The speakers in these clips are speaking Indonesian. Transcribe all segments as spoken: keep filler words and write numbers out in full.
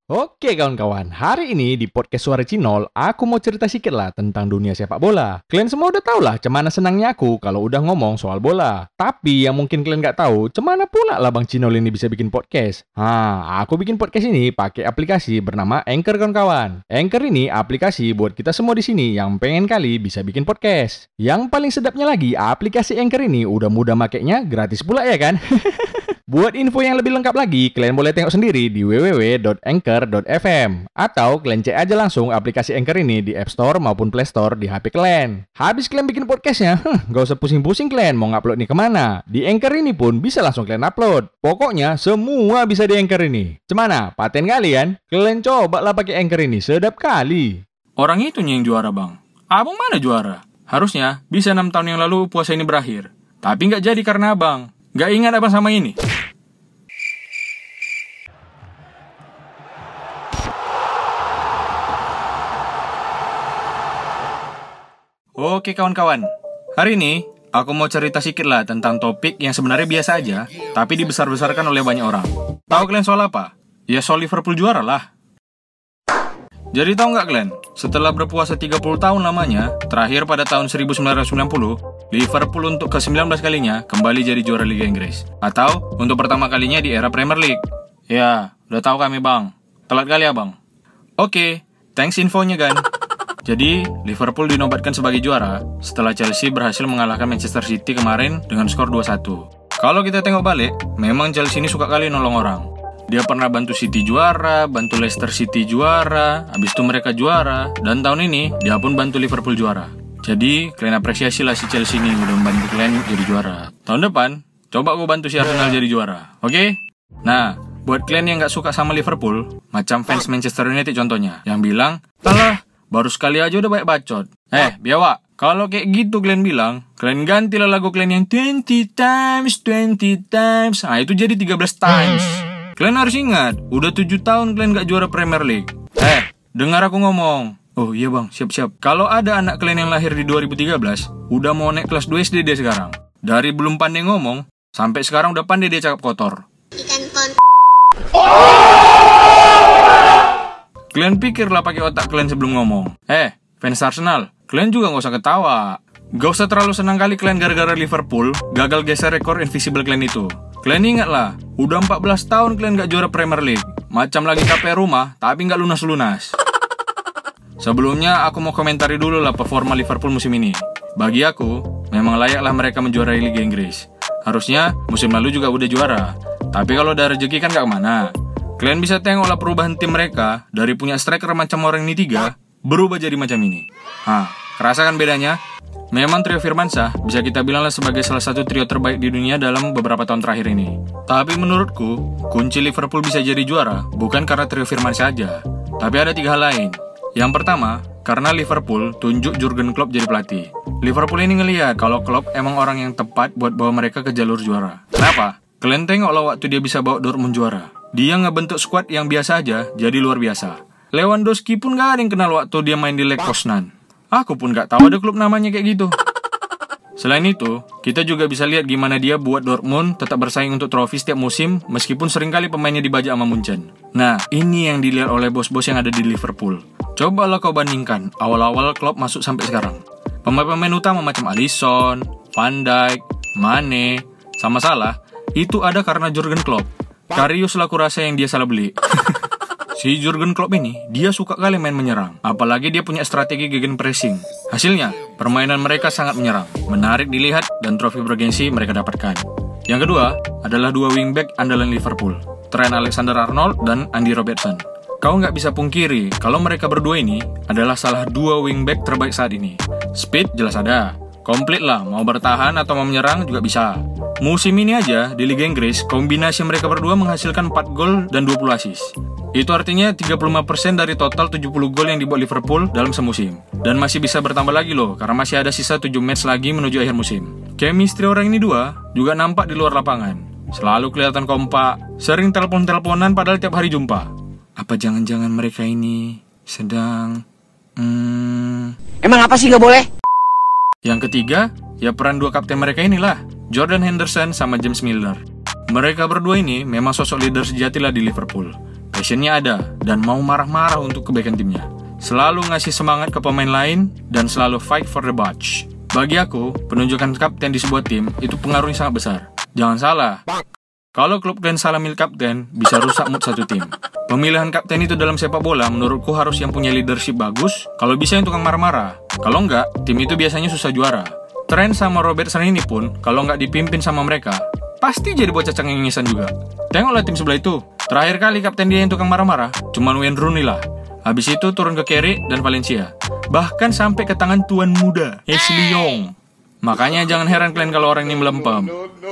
Oke kawan-kawan, hari ini di podcast Suara Cinol, aku mau cerita sedikit lah tentang dunia sepak bola. Kalian semua udah tau lah cemana senangnya aku kalau udah ngomong soal bola. Tapi yang mungkin kalian nggak tahu, cemana pula lah Bang Cinol ini bisa bikin podcast. Hah, aku bikin podcast ini pakai aplikasi bernama Anchor kawan-kawan. Anchor ini aplikasi buat kita semua di sini yang pengen kali bisa bikin podcast. Yang paling sedapnya lagi, aplikasi Anchor ini udah mudah makainya, gratis pula ya kan? Buat info yang lebih lengkap lagi, kalian boleh tengok sendiri di w w w dot anchor dot f m atau kalian cek aja langsung aplikasi Anchor ini di App Store maupun Play Store di H P kalian. Habis kalian bikin podcastnya, huh, gak usah pusing-pusing kalian mau ngupload nih kemana. Di Anchor ini pun bisa langsung kalian upload. Pokoknya semua bisa di Anchor ini. Cemana? Paten kalian? Kalian coba lah pakai Anchor ini, sedap kali. Orang itu yang juara bang. Abang mana juara? Harusnya bisa enam tahun yang lalu puasa ini berakhir. Tapi nggak jadi karena abang. Nggak ingat abang sama ini. Oke kawan-kawan, hari ini aku mau cerita sedikit lah tentang topik yang sebenarnya biasa aja, tapi dibesar-besarkan oleh banyak orang. Tahu kalian soal apa? Ya soal Liverpool juara lah. Jadi tahu nggak kalian, setelah berpuasa tiga puluh tahun lamanya, terakhir pada tahun seribu sembilan ratus sembilan puluh, Liverpool untuk ke sembilan belas kalinya kembali jadi juara Liga Inggris. Atau untuk pertama kalinya di era Premier League. Ya, udah tahu kami bang. Telat kali ya bang. Oke, thanks infonya kan. Jadi, Liverpool dinobatkan sebagai juara setelah Chelsea berhasil mengalahkan Manchester City kemarin dengan skor dua satu. Kalau kita tengok balik, memang Chelsea ini suka kali nolong orang. Dia pernah bantu City juara, bantu Leicester City juara, habis itu mereka juara, dan tahun ini dia pun bantu Liverpool juara. Jadi, kalian apresiasi lah si Chelsea ini udah membantu kalian jadi juara. Tahun depan, coba gue bantu si Arsenal jadi juara, oke? Okay? Nah, buat kalian yang gak suka sama Liverpool, macam fans Manchester United contohnya, yang bilang, alah, baru sekali aja udah banyak bacot. Eh, biawak, kalau kayak gitu kalian bilang, kalian gantilah lagu kalian yang twenty times, twenty times. Nah, itu jadi tiga belas times. Kalian harus ingat, udah tujuh tahun kalian gak juara Premier League. Eh, dengar aku ngomong. Oh iya bang, siap-siap. Kalau ada anak kalian yang lahir di dua ribu tiga belas, udah mau naik kelas dua S D dia sekarang. Dari belum pandai ngomong, sampai sekarang udah pandai dia cakap kotor. Ikan kon... Kalian pikirlah pakai otak kalian sebelum ngomong. Eh, fans Arsenal, kalian juga gak usah ketawa. Gak usah terlalu senang kali kalian gara-gara Liverpool gagal geser rekor invisible kalian itu. Kalian ingatlah, udah empat belas tahun kalian gak juara Premier League. Macam lagi K P R rumah, tapi gak lunas-lunas. Sebelumnya, aku mau komentari dulu lah performa Liverpool musim ini. Bagi aku, memang layaklah mereka menjuarai Liga Inggris. Harusnya, musim lalu juga udah juara. Tapi kalau ada rezeki kan gak kemana. Kalian bisa tengoklah perubahan tim mereka dari punya striker macam orang ini tiga berubah jadi macam ini. Hah, kerasa kan bedanya? Memang trio Firmansyah bisa kita bilanglah sebagai salah satu trio terbaik di dunia dalam beberapa tahun terakhir ini. Tapi menurutku, kunci Liverpool bisa jadi juara bukan karena trio Firmansyah aja, tapi ada tiga hal lain. Yang pertama, karena Liverpool tunjuk Jurgen Klopp jadi pelatih. Liverpool ini ngelihat kalau Klopp emang orang yang tepat buat bawa mereka ke jalur juara. Kenapa? Kalian tengoklah waktu dia bisa bawa Dortmund juara. Dia ngebentuk skuad yang biasa aja jadi luar biasa. Lewandowski pun gak ada yang kenal waktu dia main di Lech Poznan. Aku pun gak tahu ada klub namanya kayak gitu. Selain itu, kita juga bisa lihat gimana dia buat Dortmund tetap bersaing untuk trofi setiap musim meskipun seringkali pemainnya dibajak sama Munchen. Nah, ini yang dilihat oleh bos-bos yang ada di Liverpool. Cobalah kau bandingkan awal-awal Klopp masuk sampai sekarang. Pemain-pemain utama macam Alisson, Van Dijk, Mane, sama Salah, itu ada karena Jurgen Klopp. Karius lah aku rasa yang dia salah beli. Si Jurgen Klopp ini, dia suka kali main menyerang. Apalagi dia punya strategi gegenpressing. Hasilnya, permainan mereka sangat menyerang, menarik dilihat, dan trofi bergensi mereka dapatkan. Yang kedua, adalah dua wingback andalan Liverpool, Trent Alexander-Arnold dan Andy Robertson. Kau nggak bisa pungkiri, kalau mereka berdua ini adalah salah dua wingback terbaik saat ini. Speed jelas ada. Komplit lah, mau bertahan atau mau menyerang juga bisa. Musim ini aja, di Liga Inggris, kombinasi mereka berdua menghasilkan empat gol dan dua puluh assist. Itu artinya tiga puluh lima persen dari total tujuh puluh gol yang dibuat Liverpool dalam semusim. Dan masih bisa bertambah lagi loh, karena masih ada sisa tujuh match lagi menuju akhir musim. Chemistry orang ini dua juga nampak di luar lapangan. Selalu kelihatan kompak, sering telepon-teleponan padahal tiap hari jumpa. Apa jangan-jangan mereka ini sedang... Hmm... Emang apa sih gak boleh? Yang ketiga, ya peran dua kapten mereka inilah, Jordan Henderson sama James Milner. Mereka berdua ini memang sosok leader sejati lah di Liverpool. passionnya ada, dan mau marah-marah untuk kebaikan timnya. Selalu ngasih semangat ke pemain lain, dan selalu fight for the badge. Bagi aku, penunjukan kapten di sebuah tim itu pengaruhnya sangat besar. Jangan salah, kalau klub kalian salah milih kapten, bisa rusak mood satu tim. Pemilihan kapten itu dalam sepak bola menurutku harus yang punya leadership bagus, kalau bisa yang tukang marah-marah. Kalau enggak, tim itu biasanya susah juara. Trent sama Robertson ini pun, kalau nggak dipimpin sama mereka, pasti jadi bocah cengengesan juga. Tengoklah tim sebelah itu. Terakhir kali kapten dia yang tukang marah-marah, cuman Wayne Rooney lah. Habis itu turun ke Carrick dan Valencia. Bahkan sampai ke tangan tuan muda, Ashley Young. Makanya jangan heran kalian kalau orang ini melempem.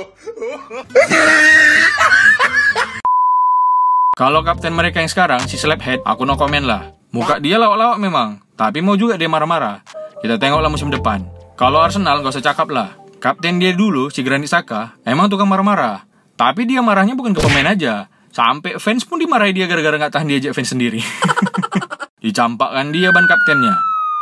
Kalau kapten mereka yang sekarang, si Slaphead, aku no comment lah. Muka dia lawak-lawak memang, tapi mau juga dia marah-marah. Kita tengoklah musim depan. Kalau Arsenal gak usah cakap lah. Kapten dia dulu, si Granit Xhaka, emang tukang marah-marah. Tapi dia marahnya bukan ke pemain aja. Sampai fans pun dimarahi dia gara-gara gak tahan diajak fans sendiri. Dicampakkan dia ban kaptennya.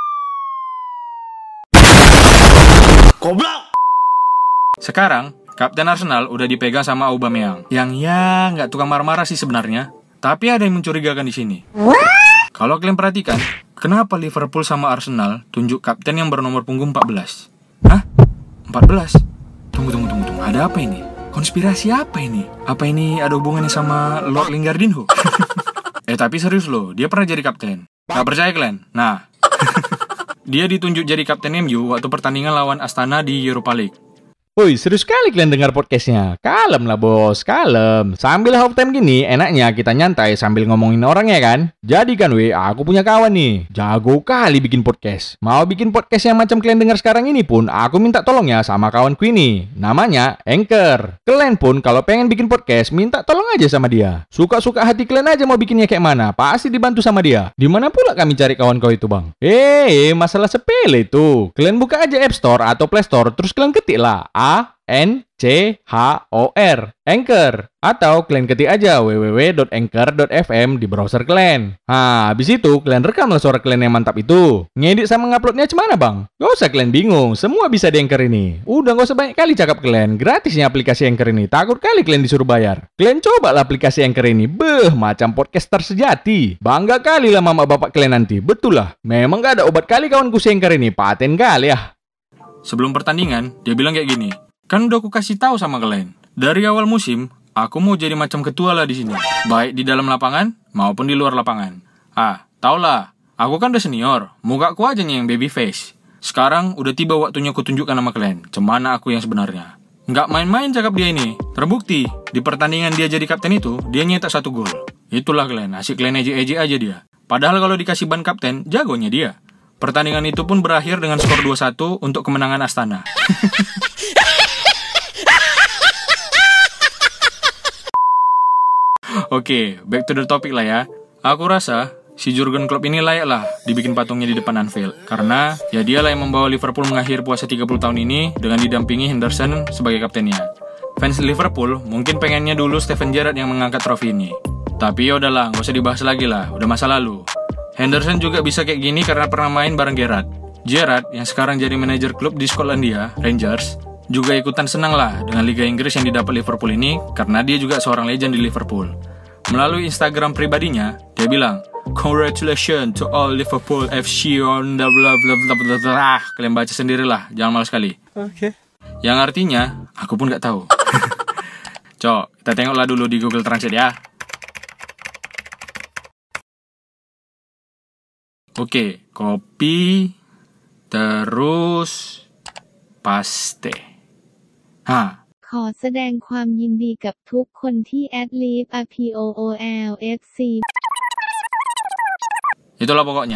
Goblok! Sekarang, kapten Arsenal udah dipegang sama Aubameyang. Yang ya nggak tukang marah-marah sih sebenarnya. Tapi ada yang mencurigakan di sini. Kalau kalian perhatikan, kenapa Liverpool sama Arsenal tunjuk kapten yang bernomor punggung empat belas? Hah? empat belas? Tunggu, tunggu, tunggu, tunggu. Ada apa ini? Konspirasi apa ini? Apa ini ada hubungannya sama Lord Lingardinho? eh tapi serius loh, dia pernah jadi kapten. Gak percaya kalian? Nah, dia ditunjuk jadi kapten M U waktu pertandingan lawan Astana di Europa League. Woi, serius sekali kalian dengar podcastnya. Kalem lah bos, kalem. Sambil halftime gini, enaknya kita nyantai sambil ngomongin orang ya kan? Jadi kan weh, aku punya kawan nih. Jago kali bikin podcast. Mau bikin podcast yang macam kalian dengar sekarang ini pun, aku minta tolongnya sama kawanku ini. Namanya Anchor. Kalian pun kalau pengen bikin podcast, minta tolong aja sama dia. Suka-suka hati kalian aja mau bikinnya kayak mana, pasti dibantu sama dia. Dimana pula kami cari kawan kau itu bang? Eh, masalah sepele itu. Kalian buka aja App Store atau Play Store, terus kalian ketik lah. A N C H O R Anchor. Atau kalian ketik aja w w w dot anchor dot f m di browser kalian. Nah, habis itu kalian rekamlah suara kalian yang mantap itu. Ngedit sama nguploadnya cemana bang? Gak usah kalian bingung, semua bisa di Anchor ini. Udah gak usah banyak kali cakap kalian. Gratisnya aplikasi Anchor ini, takut kali kalian disuruh bayar. Kalian cobalah aplikasi Anchor ini. Beuh, macam podcaster sejati. Bangga kali lah mama bapak kalian nanti. Betul lah, memang gak ada obat kali kawanku si Anchor ini. Paten kali ya. Sebelum pertandingan, dia bilang kayak gini. Kan udah aku kasih tahu sama kalian. Dari awal musim, aku mau jadi macam ketua lah di sini. Baik di dalam lapangan maupun di luar lapangan. Ah, tau lah. Aku kan udah senior. Mukaku aja nih yang baby face. Sekarang udah tiba waktunya aku tunjukkan sama kalian. Cemana aku yang sebenarnya. Nggak main-main cakap dia ini. Terbukti, di pertandingan dia jadi kapten itu, dia nyetak satu gol. Itulah kalian, asik kalian eje-eje aja dia. Padahal kalau dikasih ban kapten, jagonya dia. Pertandingan itu pun berakhir dengan skor dua satu untuk kemenangan Astana. Oke, okay, back to the topic lah ya. Aku rasa si Jurgen Klopp ini layak lah dibikin patungnya di depan Anfield. Karena ya dialah yang membawa Liverpool mengakhiri puasa tiga puluh tahun ini dengan didampingi Henderson sebagai kaptennya. Fans Liverpool mungkin pengennya dulu Steven Gerrard yang mengangkat trofi ini. Tapi ya udahlah, gak usah dibahas lagi lah, udah masa lalu. Henderson juga bisa kayak gini karena pernah main bareng Gerrard. Gerrard yang sekarang jadi manajer klub di Skotlandia, Rangers, juga ikutan senang lah dengan Liga Inggris yang didapat Liverpool ini karena dia juga seorang legend di Liverpool. Melalui Instagram pribadinya, dia bilang, "Congratulations to all Liverpool F C on the blah blah blah blah blah." Kalian baca sendirilah, jangan malas sekali. Oke. Okay. Yang artinya, aku pun nggak tahu. Cok, kita tengoklah dulu di Google Translate ya. Oke, okay, copy, terus paste. Hah. ขอแสดงความยินดีกับทุกคนที่แอดลีฟ อา พี โอ โอ แอล เอฟ ซี Itulah pokoknya.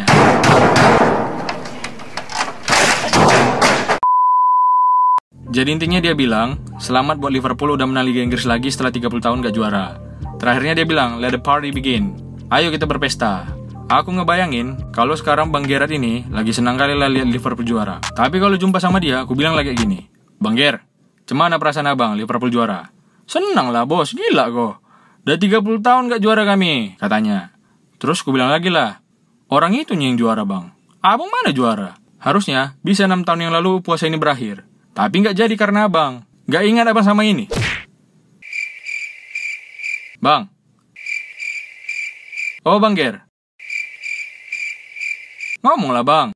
Jadi intinya dia bilang, selamat buat Liverpool udah menang Liga Inggris lagi setelah tiga puluh tahun gak juara. Terakhirnya dia bilang, let the party begin. Ayo kita berpesta. Aku ngebayangin, kalau sekarang Bang Gerrard ini lagi senang kali lah lihat Liverpool juara. Tapi kalau jumpa sama dia, aku bilang lagi gini, Bang Ger, cemana perasaan abang Liverpool juara? Senang lah bos, gila kok. Udah tiga puluh tahun gak juara kami, katanya. Terus aku bilang lagi lah, orang itu yang juara bang. Abang mana juara? Harusnya bisa enam tahun yang lalu puasa ini berakhir. Tapi gak jadi karena abang. Gak ingat abang sama ini. Bang. Oh Bang Ger. Ngomonglah Bang.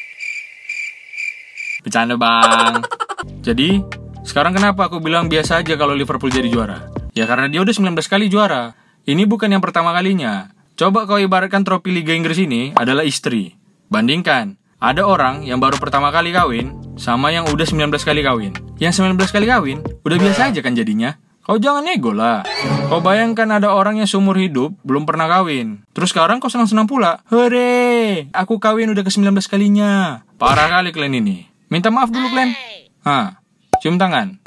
Bercanda Bang. Jadi, sekarang kenapa aku bilang biasa aja kalau Liverpool jadi juara? Ya karena dia udah sembilan belas kali juara. Ini bukan yang pertama kalinya. Coba kau ibaratkan trofi Liga Inggris ini adalah istri. Bandingkan, ada orang yang baru pertama kali kawin sama yang udah sembilan belas kali kawin. Yang sembilan belas kali kawin, udah biasa aja kan jadinya. Kau jangan ego lah. Kau bayangkan ada orang yang seumur hidup belum pernah kawin. Terus sekarang kau senang-senang pula. Hore, aku kawin udah ke sembilan belas kalinya. Parah kali kalian ini. Minta maaf dulu kalian. Hah, cium tangan.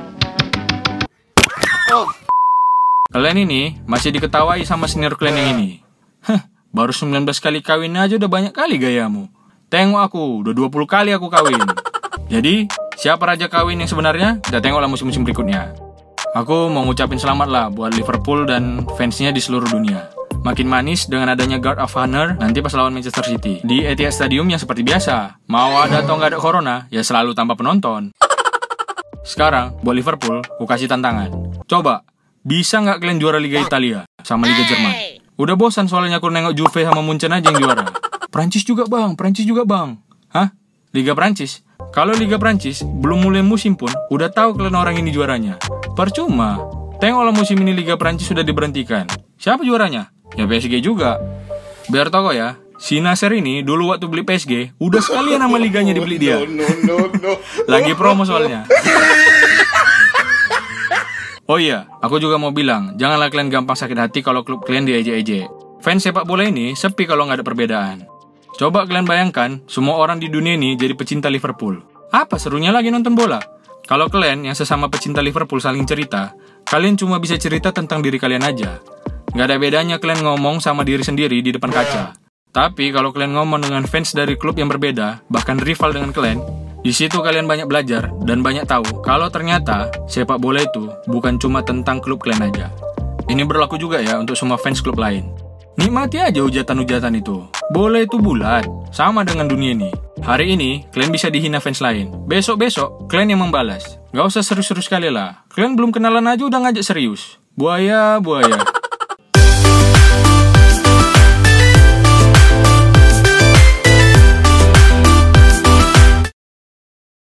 Kalian ini masih diketawai sama senior kalian yang ini. Hah, baru sembilan belas kali kawin aja udah banyak kali gayamu. Tengok aku, udah dua puluh kali aku kawin. Jadi, siapa raja kawin yang sebenarnya? Kita tengoklah musim-musim berikutnya. Aku mau ngucapin selamat lah buat Liverpool dan fansnya di seluruh dunia. Makin manis dengan adanya Guard of Honor nanti pas lawan Manchester City. Di Etihad Stadium yang seperti biasa. Mau ada atau nggak ada corona, ya selalu tanpa penonton. Sekarang, buat Liverpool, aku kasih tantangan. Coba, bisa nggak kalian juara Liga Italia sama Liga Jerman? Udah bosan soalnya aku nengok Juve sama Munchen aja yang juara. Prancis juga bang, Prancis juga bang. Hah? Liga Prancis? Kalau Liga Prancis, belum mulai musim pun, udah tahu kalian orang ini juaranya. Percuma. Tengoklah musim ini Liga Prancis sudah diberhentikan. Siapa juaranya? Ya P S G juga. Biar tau ya, si Nasser ini dulu waktu beli P S G, udah sekalian nama liganya dibeli dia. Lagi promo soalnya. Oh iya, aku juga mau bilang, janganlah kalian gampang sakit hati kalau klub kalian diejek-ejek. Fans sepak bola ini sepi kalau nggak ada perbedaan. Coba kalian bayangkan, semua orang di dunia ini jadi pecinta Liverpool. Apa serunya lagi nonton bola? Kalau kalian yang sesama pecinta Liverpool saling cerita, kalian cuma bisa cerita tentang diri kalian aja. Nggak ada bedanya kalian ngomong sama diri sendiri di depan kaca. Tapi kalau kalian ngomong dengan fans dari klub yang berbeda, bahkan rival dengan kalian, di situ kalian banyak belajar dan banyak tahu kalau ternyata sepak bola itu bukan cuma tentang klub kalian aja. Ini berlaku juga ya untuk semua fans klub lain. Nikmati aja hujatan-hujatan itu. Bola itu bulat, sama dengan dunia ini. Hari ini, kalian bisa dihina fans lain. Besok-besok, kalian yang membalas. Gak usah serius-serius kali lah. Kalian belum kenalan aja udah ngajak serius. Buaya, buaya.